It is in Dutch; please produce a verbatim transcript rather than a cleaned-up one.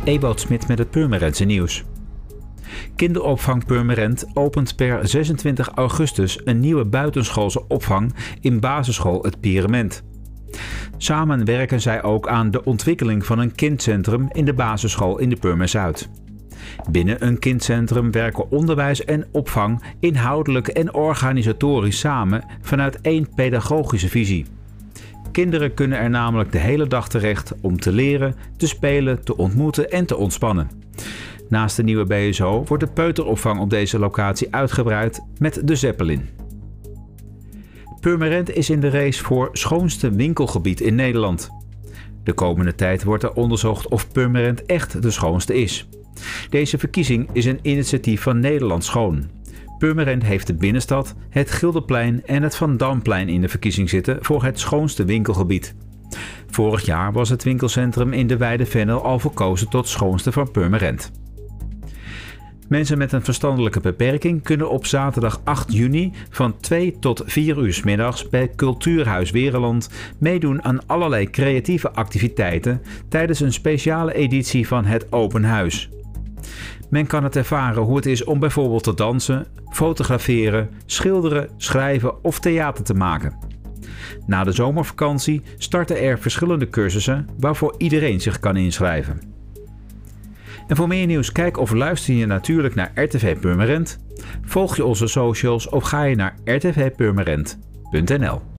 Ewout Smit met het Purmerendse nieuws. Kinderopvang Purmerend opent per zesentwintig augustus een nieuwe buitenschoolse opvang in basisschool Het Pierement. Samen werken zij ook aan de ontwikkeling van een kindcentrum in de basisschool in de Purmerzuid. Binnen een kindcentrum werken onderwijs en opvang inhoudelijk en organisatorisch samen vanuit één pedagogische visie. Kinderen kunnen er namelijk de hele dag terecht om te leren, te spelen, te ontmoeten en te ontspannen. Naast de nieuwe B S O wordt de peuteropvang op deze locatie uitgebreid met de Zeppelin. Purmerend is in de race voor schoonste winkelgebied in Nederland. De komende tijd wordt er onderzocht of Purmerend echt de schoonste is. Deze verkiezing is een initiatief van Nederland Schoon. Purmerend heeft de binnenstad, het Gilderplein en het Van Damplein in de verkiezing zitten voor het schoonste winkelgebied. Vorig jaar was het winkelcentrum in de Wijde Vennel al verkozen tot schoonste van Purmerend. Mensen met een verstandelijke beperking kunnen op zaterdag acht juni van twee tot vier uur 's middags bij Cultuurhuis Wereland meedoen aan allerlei creatieve activiteiten tijdens een speciale editie van het Open Huis. Men kan het ervaren hoe het is om bijvoorbeeld te dansen, fotograferen, schilderen, schrijven of theater te maken. Na de zomervakantie starten er verschillende cursussen waarvoor iedereen zich kan inschrijven. En voor meer nieuws kijk of luister je natuurlijk naar R T V Purmerend, volg je onze socials of ga je naar r t v purmerend punt n l.